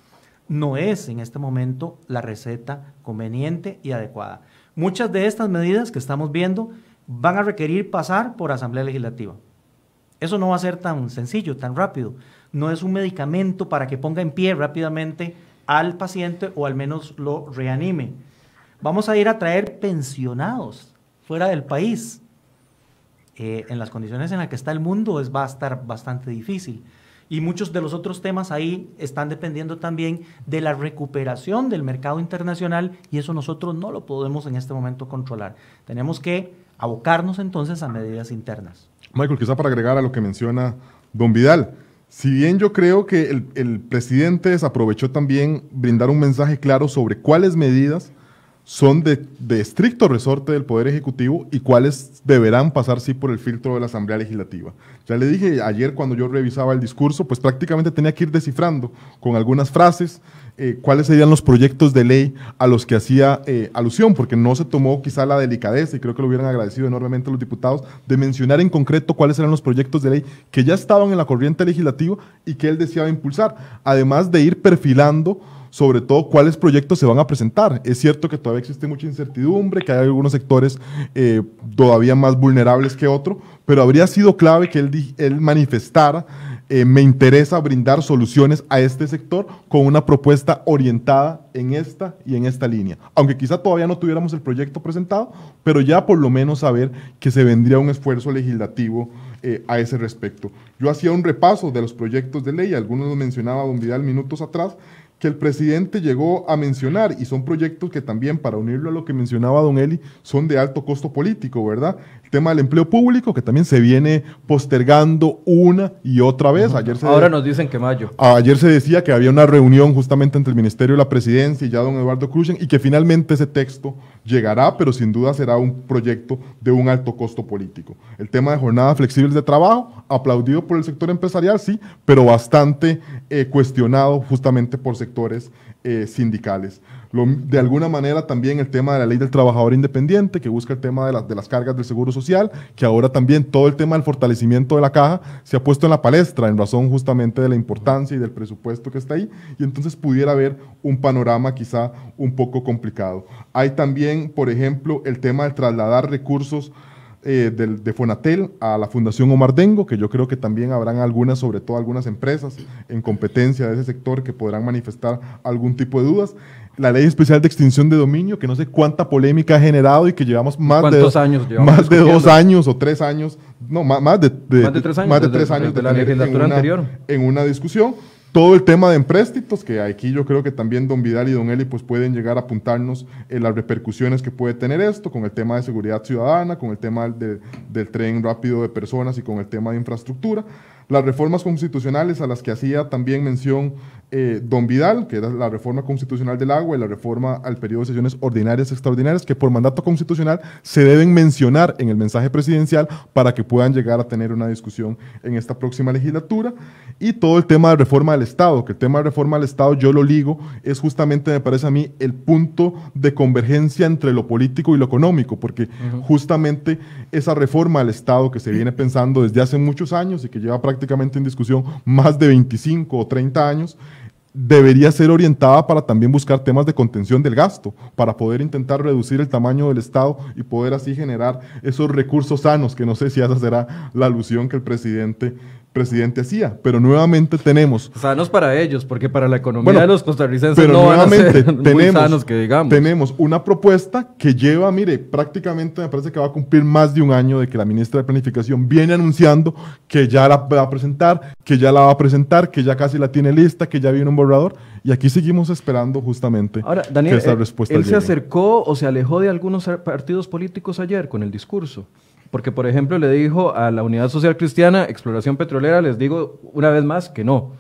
no es en este momento la receta conveniente y adecuada. Muchas de estas medidas que estamos viendo van a requerir pasar por Asamblea Legislativa. Eso no va a ser tan sencillo, tan rápido. No es un medicamento para que ponga en pie rápidamente al paciente o al menos lo reanime. Vamos a ir a traer pensionados fuera del país. En las condiciones en las que está el mundo va a estar bastante difícil. Y muchos de los otros temas ahí están dependiendo también de la recuperación del mercado internacional y eso nosotros no lo podemos en este momento controlar. Tenemos que abocarnos entonces a medidas internas. Michael, quizá para agregar a lo que menciona don Vidal, si bien yo creo que el presidente desaprovechó también brindar un mensaje claro sobre cuáles medidas son de estricto resorte del Poder Ejecutivo y cuáles deberán pasar sí por el filtro de la Asamblea Legislativa. Ya le dije ayer cuando yo revisaba el discurso, pues prácticamente tenía que ir descifrando con algunas frases cuáles serían los proyectos de ley a los que hacía alusión, porque no se tomó quizá la delicadeza, y creo que lo hubieran agradecido enormemente los diputados, de mencionar en concreto cuáles eran los proyectos de ley que ya estaban en la corriente legislativa y que él deseaba impulsar, además de ir perfilando sobre todo cuáles proyectos se van a presentar. Es cierto que todavía existe mucha incertidumbre, que hay algunos sectores todavía más vulnerables que otros, pero habría sido clave que él manifestara, me interesa brindar soluciones a este sector con una propuesta orientada en esta y en esta línea. Aunque quizá todavía no tuviéramos el proyecto presentado, pero ya por lo menos saber que se vendría un esfuerzo legislativo a ese respecto. Yo hacía un repaso de los proyectos de ley, algunos los mencionaba don Vidal minutos atrás, que el presidente llegó a mencionar, y son proyectos que también, para unirlo a lo que mencionaba don Eli, son de alto costo político, ¿verdad? El tema del empleo público, que también se viene postergando una y otra vez. Ahora nos dicen que mayo. Ayer se decía que había una reunión justamente entre el Ministerio de la Presidencia y ya don Eduardo Cruzan, y que finalmente ese texto llegará, pero sin duda será un proyecto de un alto costo político. El tema de jornadas flexibles de trabajo, aplaudido por el sector empresarial, sí, pero bastante cuestionado justamente por sectores sindicales. De alguna manera también el tema de la ley del trabajador independiente, que busca el tema de las cargas del seguro social, que ahora también todo el tema del fortalecimiento de la caja se ha puesto en la palestra en razón justamente de la importancia y del presupuesto que está ahí, y entonces pudiera haber un panorama quizá un poco complicado. Hay también, por ejemplo, el tema de trasladar recursos de Fonatel a la Fundación Omar Dengo, que yo creo que también habrán algunas, sobre todo algunas empresas en competencia de ese sector que podrán manifestar algún tipo de dudas. La ley especial de extinción de dominio, que no sé cuánta polémica ha generado y que llevamos más de 2 años o 3 años, no, más de 3 años de la legislatura anterior en una discusión. Todo el tema de empréstitos, que aquí yo creo que también don Vidal y don Eli pues pueden llegar a apuntarnos en las repercusiones que puede tener esto, con el tema de seguridad ciudadana, con el tema del tren rápido de personas y con el tema de infraestructura. Las reformas constitucionales a las que hacía también mención don Vidal, que era la reforma constitucional del agua y la reforma al periodo de sesiones ordinarias y extraordinarias, que por mandato constitucional se deben mencionar en el mensaje presidencial para que puedan llegar a tener una discusión en esta próxima legislatura. Y todo el tema de reforma del Estado, que el tema de reforma del Estado yo lo ligo, es justamente, me parece a mí, el punto de convergencia entre lo político y lo económico, porque justamente esa reforma al Estado que se viene pensando desde hace muchos años y que lleva prácticamente en discusión más de 25 o 30 años, debería ser orientada para también buscar temas de contención del gasto, para poder intentar reducir el tamaño del Estado y poder así generar esos recursos sanos, que no sé si esa será la alusión que el presidente hacía, pero nuevamente tenemos... Sanos para ellos, porque para la economía de los costarricenses pero no van a ser muy sanos que digamos. Tenemos una propuesta que lleva, mire, prácticamente me parece que va a cumplir más de un año de que la ministra de Planificación viene anunciando que ya la va a presentar, que ya la va a presentar, que ya casi la tiene lista, que ya viene un borrador, y aquí seguimos esperando justamente ahora, Daniel, que esa respuesta ¿él llegue. se acercó o se alejó de algunos partidos políticos ayer con el discurso? Porque, por ejemplo, le dijo a la Unidad Social Cristiana, exploración petrolera, les digo una vez más que no.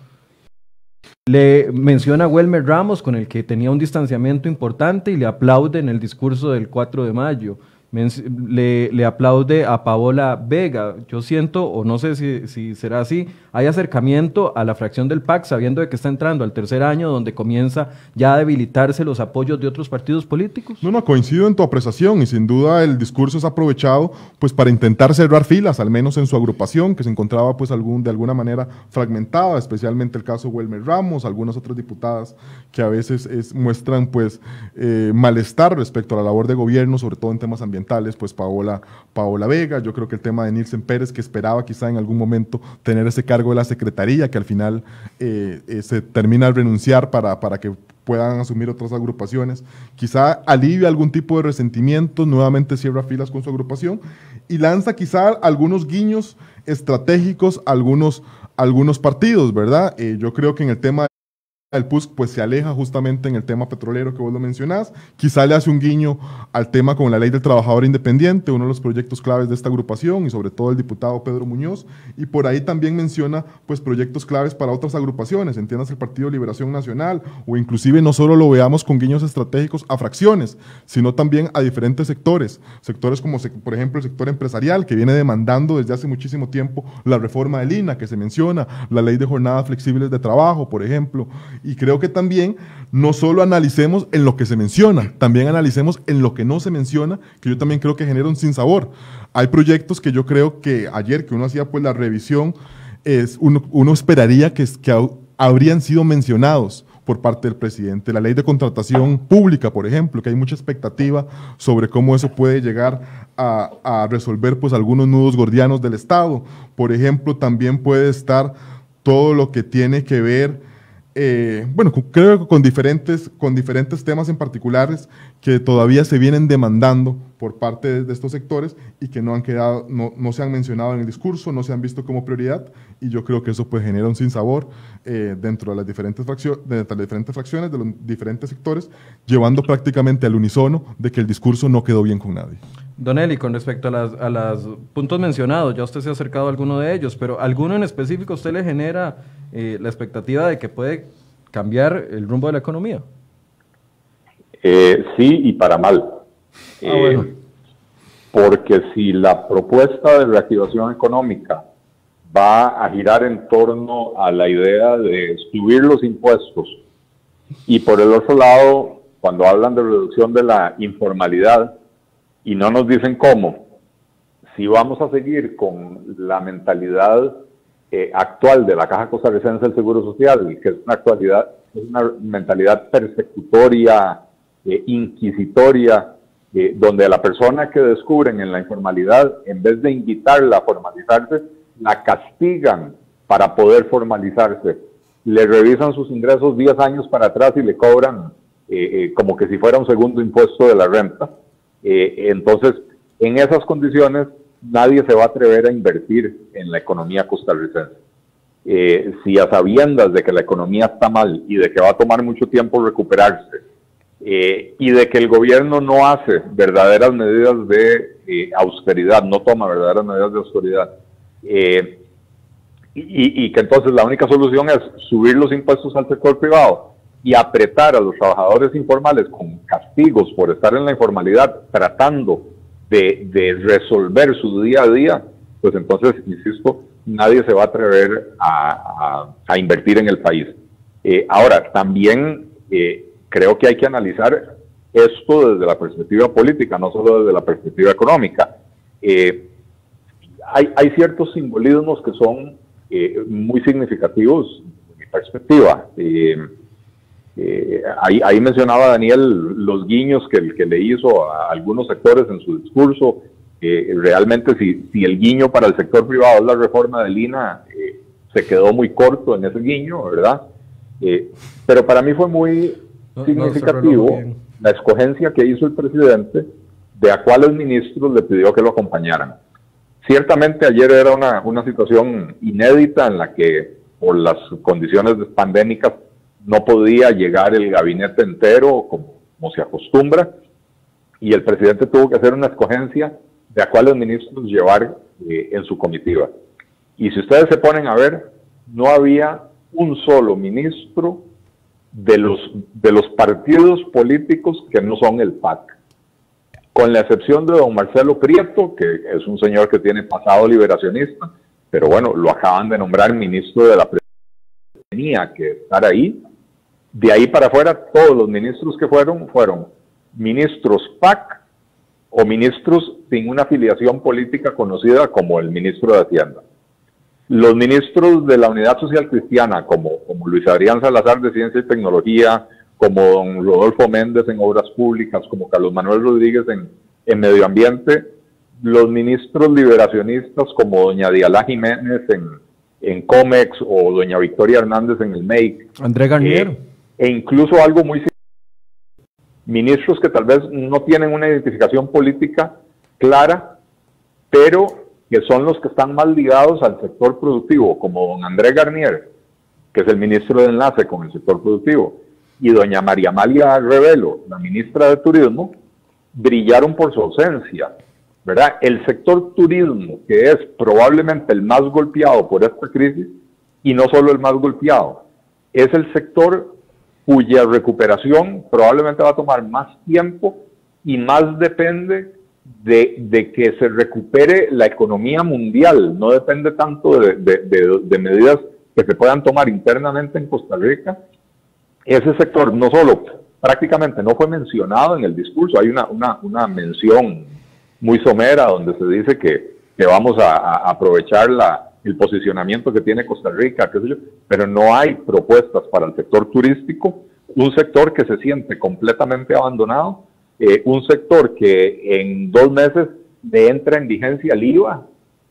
Le menciona a Welmer Ramos, con el que tenía un distanciamiento importante, y le aplaude en el discurso del 4 de mayo. Le aplaude a Paola Vega. Yo siento, o no sé si será así, hay acercamiento a la fracción del PAC, sabiendo de que está entrando al tercer año, donde comienza ya a debilitarse los apoyos de otros partidos políticos? No, coincido en tu apreciación y sin duda el discurso es aprovechado pues para intentar cerrar filas, al menos en su agrupación, que se encontraba pues de alguna manera fragmentada, especialmente el caso Welmer Ramos, algunas otras diputadas que a veces muestran pues malestar respecto a la labor de gobierno, sobre todo en temas ambientales, pues Paola Vega. Yo creo que el tema de Nielsen Pérez, que esperaba quizá en algún momento tener ese cargo de la secretaría, que al final se termina al renunciar para que puedan asumir otras agrupaciones, quizá alivia algún tipo de resentimiento, nuevamente cierra filas con su agrupación y lanza quizá algunos guiños estratégicos a algunos partidos, ¿verdad? Yo creo que en el tema el PUSC pues se aleja justamente en el tema petrolero que vos lo mencionás, quizá le hace un guiño al tema con la ley del trabajador independiente, uno de los proyectos claves de esta agrupación y sobre todo el diputado Pedro Muñoz, y por ahí también menciona pues proyectos claves para otras agrupaciones, entiendas el Partido de Liberación Nacional, o inclusive no solo lo veamos con guiños estratégicos a fracciones, sino también a diferentes sectores como por ejemplo el sector empresarial, que viene demandando desde hace muchísimo tiempo la reforma del INA que se menciona, la ley de jornadas flexibles de trabajo, por ejemplo. Y creo que también no solo analicemos en lo que se menciona, también analicemos en lo que no se menciona, que yo también creo que genera un sinsabor. Hay proyectos que yo creo que ayer que uno hacía pues la revisión, uno esperaría que habrían sido mencionados por parte del presidente. La ley de contratación pública, por ejemplo, que hay mucha expectativa sobre cómo eso puede llegar a resolver pues algunos nudos gordianos del Estado. Por ejemplo, también puede estar todo lo que tiene que ver creo que con diferentes temas en particulares que todavía se vienen demandando por parte de estos sectores y que no se han mencionado en el discurso, no se han visto como prioridad, y yo creo que eso pues genera un sinsabor dentro de las diferentes fracciones de los diferentes sectores, llevando prácticamente al unísono de que el discurso no quedó bien con nadie. Don Eli, con respecto a los puntos mencionados, ya usted se ha acercado a alguno de ellos, pero ¿alguno en específico a usted le genera la expectativa de que puede cambiar el rumbo de la economía? Sí, y para mal. Bueno. Porque si la propuesta de reactivación económica va a girar en torno a la idea de subir los impuestos, y por el otro lado, cuando hablan de reducción de la informalidad, y no nos dicen cómo, si vamos a seguir con la mentalidad actual de la Caja Costarricense del Seguro Social, que es una mentalidad persecutoria, inquisitoria, donde a la persona que descubren en la informalidad, en vez de invitarla a formalizarse, la castigan para poder formalizarse, le revisan sus ingresos 10 años para atrás y le cobran como que si fuera un segundo impuesto de la renta. Entonces, en esas condiciones, nadie se va a atrever a invertir en la economía costarricense. Si a sabiendas de que la economía está mal y de que va a tomar mucho tiempo recuperarse, y de que el gobierno no hace verdaderas medidas de austeridad, no toma verdaderas medidas de austeridad, y que entonces la única solución es subir los impuestos al sector privado y apretar a los trabajadores informales con castigos por estar en la informalidad tratando de resolver su día a día, pues entonces, insisto, nadie se va a atrever a invertir en el país. Ahora, también creo que hay que analizar esto desde la perspectiva política, no solo desde la perspectiva económica. Hay ciertos simbolismos que son muy significativos desde mi perspectiva. Ahí mencionaba Daniel los guiños que le hizo a algunos sectores en su discurso. Realmente si el guiño para el sector privado es la reforma del INA, se quedó muy corto en ese guiño, ¿verdad? Pero para mí fue muy significativo la escogencia que hizo el presidente de a cuáles ministros le pidió que lo acompañaran. Ciertamente ayer era una situación inédita en la que por las condiciones pandémicas no podía llegar el gabinete entero como se acostumbra, y el presidente tuvo que hacer una escogencia de a cuáles ministros llevar en su comitiva. Y si ustedes se ponen a ver, no había un solo ministro de los partidos políticos que no son el PAC, con la excepción de don Marcelo Prieto, que es un señor que tiene pasado liberacionista, pero bueno, lo acaban de nombrar ministro de la Presidencia, tenía que estar ahí. De ahí para afuera, todos los ministros que fueron ministros PAC o ministros sin una afiliación política conocida, como el ministro de Hacienda. Los ministros de la Unidad Social Cristiana, como Luis Adrián Salazar de Ciencia y Tecnología, como don Rodolfo Méndez en Obras Públicas, como Carlos Manuel Rodríguez en Medio Ambiente, los ministros liberacionistas como doña Dialá Jiménez en COMEX o doña Victoria Hernández en el MEIC. André Garnier. E incluso algo muy ministros que tal vez no tienen una identificación política clara, pero que son los que están más ligados al sector productivo, como don André Garnier, que es el ministro de Enlace con el sector productivo, y doña María Amalia Revelo, la ministra de Turismo, brillaron por su ausencia, ¿verdad? El sector turismo, que es probablemente el más golpeado por esta crisis, y no solo el más golpeado, es el sector cuya recuperación probablemente va a tomar más tiempo y más depende de que se recupere la economía mundial, no depende tanto de medidas que se puedan tomar internamente en Costa Rica. Ese sector no solo prácticamente no fue mencionado en el discurso, hay una mención muy somera donde se dice que vamos a aprovechar el posicionamiento que tiene Costa Rica, qué sé yo, pero no hay propuestas para el sector turístico, un sector que se siente completamente abandonado, un sector que en 2 meses le entra en vigencia el IVA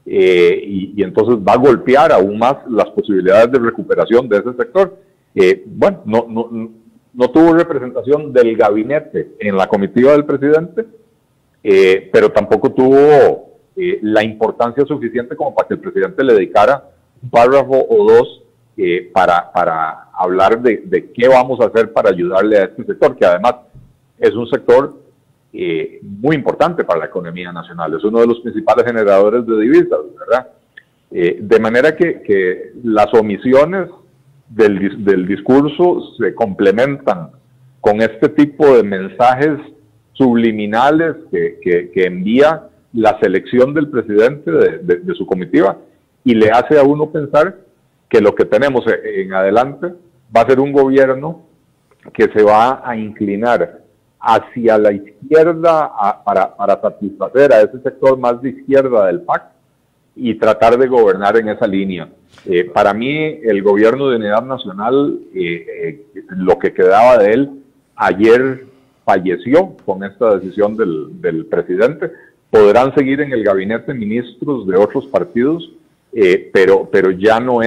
y entonces va a golpear aún más las posibilidades de recuperación de ese sector. Bueno, no tuvo representación del gabinete en la comitiva del presidente, pero tampoco tuvo la importancia suficiente como para que el presidente le dedicara un párrafo o dos para hablar de qué vamos a hacer para ayudarle a este sector, que además es un sector muy importante para la economía nacional, es uno de los principales generadores de divisas, ¿verdad? De manera que las omisiones del discurso se complementan con este tipo de mensajes subliminales que envía la selección del presidente de su comitiva y le hace a uno pensar que lo que tenemos en adelante va a ser un gobierno que se va a inclinar hacia la izquierda para satisfacer a ese sector más de izquierda del PAC y tratar de gobernar en esa línea. Para mí, el gobierno de unidad nacional, lo que quedaba de él, ayer falleció con esta decisión del presidente. Podrán seguir en el gabinete ministros de otros partidos, pero ya no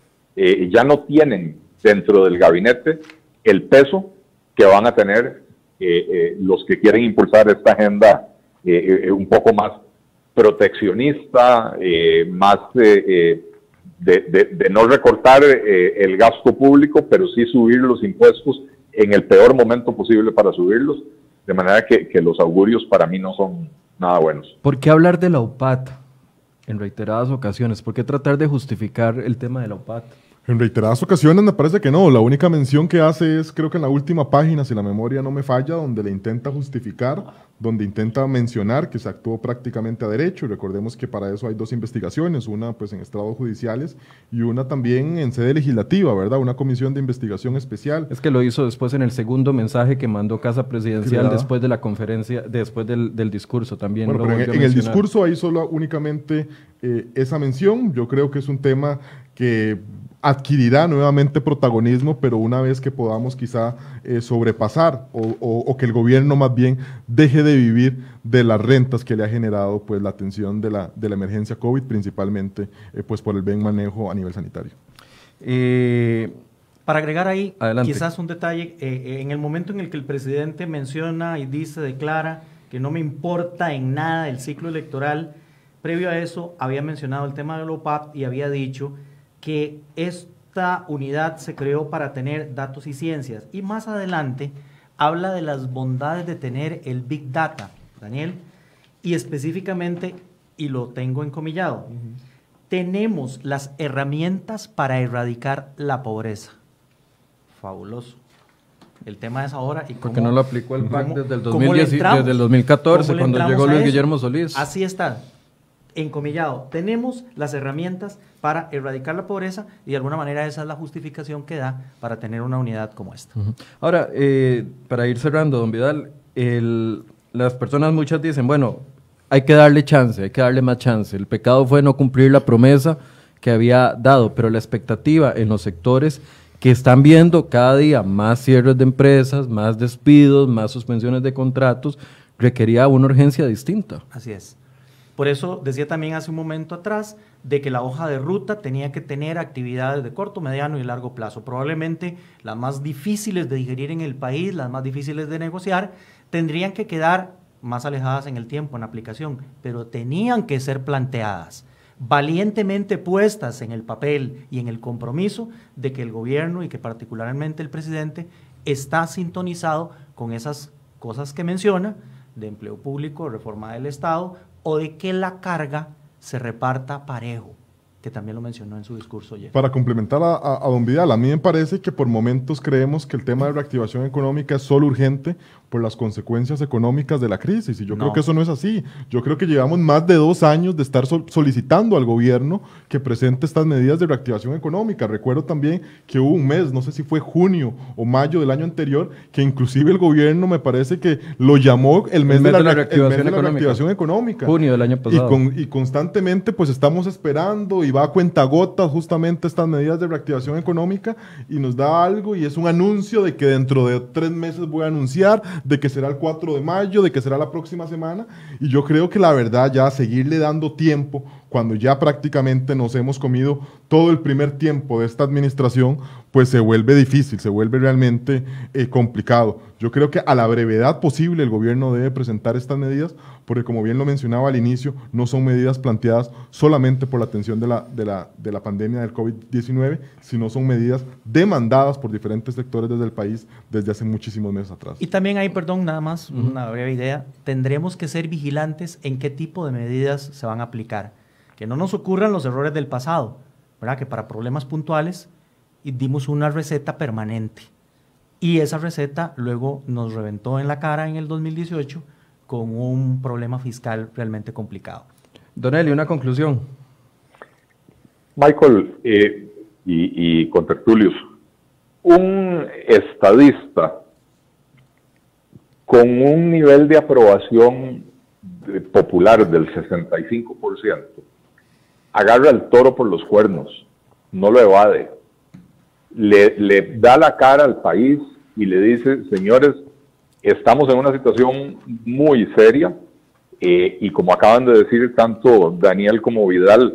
tienen dentro del gabinete el peso que van a tener los que quieren impulsar esta agenda un poco más proteccionista, más de no recortar el gasto público, pero sí subir los impuestos en el peor momento posible para subirlos, de manera que los augurios para mí no son nada buenos. ¿Por qué hablar de la UPAT en reiteradas ocasiones? ¿Por qué tratar de justificar el tema de la UPAT? En reiteradas ocasiones me parece que no. La única mención que hace es, creo que en la última página, si la memoria no me falla, donde le intenta justificar, donde intenta mencionar que se actuó prácticamente a derecho. Recordemos que para eso hay 2 investigaciones, una pues en estrados judiciales y una también en sede legislativa, ¿verdad? Una comisión de investigación especial. Es que lo hizo después en el segundo mensaje que mandó Casa Presidencial, ¿verdad? Después de la conferencia, después del discurso también. Bueno, pero en el discurso hay solo únicamente esa mención. Yo creo que es un tema que adquirirá nuevamente protagonismo, pero una vez que podamos quizá sobrepasar o que el gobierno más bien deje de vivir de las rentas que le ha generado pues la atención de la emergencia COVID, principalmente pues por el buen manejo a nivel sanitario. Para agregar ahí, adelante. Quizás un detalle, en el momento en el que el presidente menciona y declara que no me importa en nada el ciclo electoral, previo a eso había mencionado el tema de la OPAP y había dicho que esta unidad se creó para tener datos y ciencias. Y más adelante habla de las bondades de tener el Big Data, Daniel, y específicamente, y lo tengo encomillado, tenemos las herramientas para erradicar la pobreza. Fabuloso. El tema es ahora y cómo... Porque no lo aplicó el PAC desde el 2014, cuando llegó Luis Guillermo Solís. Así está. encomillado, tenemos las herramientas para erradicar la pobreza y de alguna manera esa es la justificación que da para tener una unidad como esta. Ahora, para ir cerrando, don Vidal, las personas muchas dicen, bueno, hay que darle chance, hay que darle más chance. El pecado fue no cumplir la promesa que había dado, pero la expectativa en los sectores que están viendo cada día más cierres de empresas, más despidos, más suspensiones de contratos, requería una urgencia distinta. Así es. Por eso decía también hace un momento atrás de que la hoja de ruta tenía que tener actividades de corto, mediano y largo plazo. Probablemente las más difíciles de digerir en el país, las más difíciles de negociar, tendrían que quedar más alejadas en el tiempo, en aplicación, pero tenían que ser planteadas, valientemente puestas en el papel y en el compromiso de que el gobierno y que particularmente el presidente está sintonizado con esas cosas que menciona, de empleo público, reforma del Estado, o de que la carga se reparta parejo, que también lo mencionó en su discurso ayer. Para complementar a don Vidal, a mí me parece que por momentos creemos que el tema de reactivación económica es solo urgente por las consecuencias económicas de la crisis, y yo creo que eso no es así. Yo creo que llevamos más de 2 años de estar solicitando al gobierno que presente estas medidas de reactivación económica. Recuerdo también que hubo un mes, no sé si fue junio o mayo del año anterior, que inclusive el gobierno me parece que lo llamó el mes de la reactivación económica. Junio del año pasado. Y constantemente pues estamos esperando y va a cuentagotas justamente estas medidas de reactivación económica y nos da algo y es un anuncio de que dentro de 3 meses voy a anunciar, de que será el 4 de mayo, de que será la próxima semana, y yo creo que la verdad ya seguirle dando tiempo cuando ya prácticamente nos hemos comido todo el primer tiempo de esta administración, pues se vuelve difícil, se vuelve realmente complicado. Yo creo que a la brevedad posible el gobierno debe presentar estas medidas, porque como bien lo mencionaba al inicio, no son medidas planteadas solamente por la atención de la pandemia del COVID-19, sino son medidas demandadas por diferentes sectores desde el país desde hace muchísimos meses atrás. Y también ahí, perdón, nada más, una breve idea, tendremos que ser vigilantes en qué tipo de medidas se van a aplicar. Que no nos ocurran los errores del pasado, ¿verdad? Que para problemas puntuales dimos una receta permanente y esa receta luego nos reventó en la cara en el 2018 con un problema fiscal realmente complicado. Don Eli, una conclusión. Michael y contertulios, un estadista con un nivel de aprobación popular del 65%, agarra el toro por los cuernos, no lo evade, le da la cara al país y le dice, señores, estamos en una situación muy seria y como acaban de decir tanto Daniel como Vidal,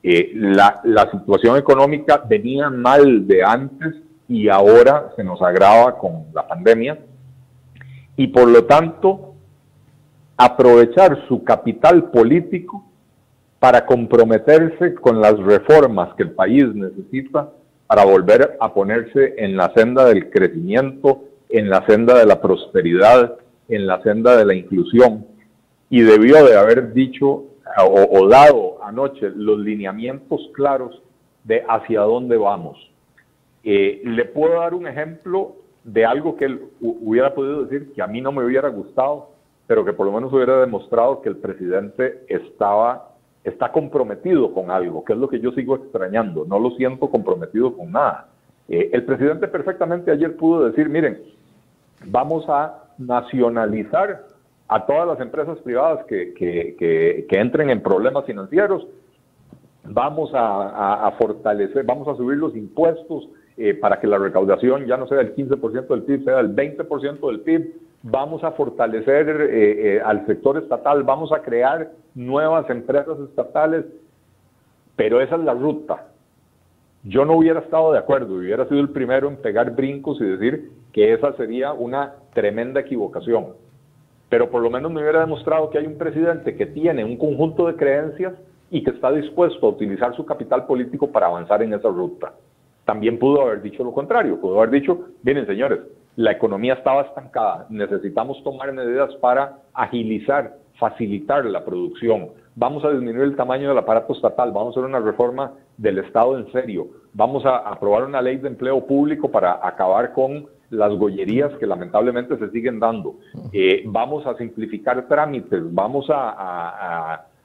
la situación económica venía mal de antes y ahora se nos agrava con la pandemia y por lo tanto aprovechar su capital político para comprometerse con las reformas que el país necesita para volver a ponerse en la senda del crecimiento, en la senda de la prosperidad, en la senda de la inclusión. Y debió de haber dicho o dado anoche los lineamientos claros de hacia dónde vamos. Le puedo dar un ejemplo de algo que él hubiera podido decir que a mí no me hubiera gustado, pero que por lo menos hubiera demostrado que el presidente está comprometido con algo, que es lo que yo sigo extrañando. No lo siento comprometido con nada. El presidente perfectamente ayer pudo decir, miren, vamos a nacionalizar a todas las empresas privadas que entren en problemas financieros, vamos a fortalecer, vamos a subir los impuestos para que la recaudación ya no sea del 15% del PIB, sea del 20% del PIB, vamos a fortalecer al sector estatal, vamos a crear nuevas empresas estatales, pero esa es la ruta. Yo no hubiera estado de acuerdo, hubiera sido el primero en pegar brincos y decir que esa sería una tremenda equivocación. Pero por lo menos me hubiera demostrado que hay un presidente que tiene un conjunto de creencias y que está dispuesto a utilizar su capital político para avanzar en esa ruta. También pudo haber dicho lo contrario, pudo haber dicho, miren señores, la economía estaba estancada, necesitamos tomar medidas para agilizar, facilitar la producción, vamos a disminuir el tamaño del aparato estatal, vamos a hacer una reforma del Estado en serio, vamos a aprobar una ley de empleo público para acabar con las gollerías que lamentablemente se siguen dando, vamos a simplificar trámites, vamos a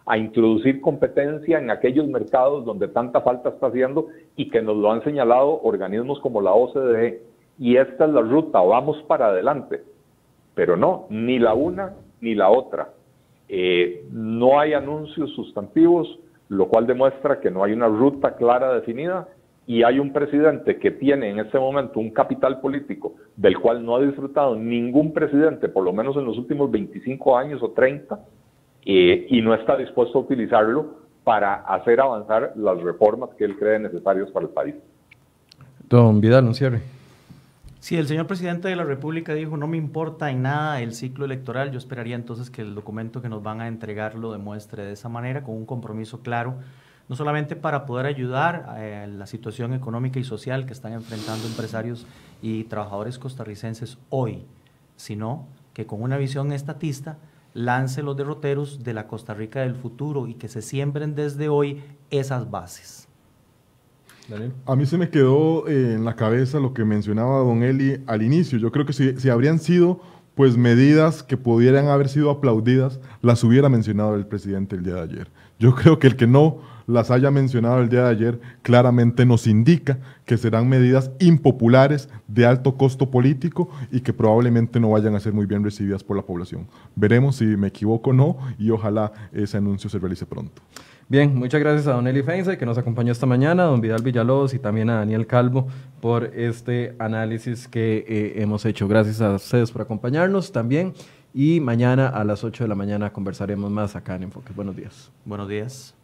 a introducir competencia en aquellos mercados donde tanta falta está haciendo y que nos lo han señalado organismos como la OCDE. Y esta es la ruta, vamos para adelante. Pero no, ni la una ni la otra. No hay anuncios sustantivos, lo cual demuestra que no hay una ruta clara definida, y hay un presidente que tiene en este momento un capital político del cual no ha disfrutado ningún presidente, por lo menos en los últimos 25 años o 30, y no está dispuesto a utilizarlo para hacer avanzar las reformas que él cree necesarias para el país. Don Vidal, un cierre. Si el señor presidente de la República dijo no me importa en nada el ciclo electoral, yo esperaría entonces que el documento que nos van a entregar lo demuestre de esa manera, con un compromiso claro, no solamente para poder ayudar a la situación económica y social que están enfrentando empresarios y trabajadores costarricenses hoy, sino que con una visión estatista lance los derroteros de la Costa Rica del futuro y que se siembren desde hoy esas bases. Daniel. A mí se me quedó en la cabeza lo que mencionaba don Eli al inicio. Yo creo que si habrían sido pues medidas que pudieran haber sido aplaudidas, las hubiera mencionado el presidente el día de ayer. Yo creo que el que no las haya mencionado el día de ayer claramente nos indica que serán medidas impopulares de alto costo político y que probablemente no vayan a ser muy bien recibidas por la población. Veremos si me equivoco o no, y ojalá ese anuncio se realice pronto. Bien, muchas gracias a don Eli Feinza, que nos acompañó esta mañana, a don Vidal Villalobos y también a Daniel Calvo por este análisis que hemos hecho. Gracias a ustedes por acompañarnos también, y mañana a las 8 de la mañana conversaremos más acá en Enfoque. Buenos días. Buenos días.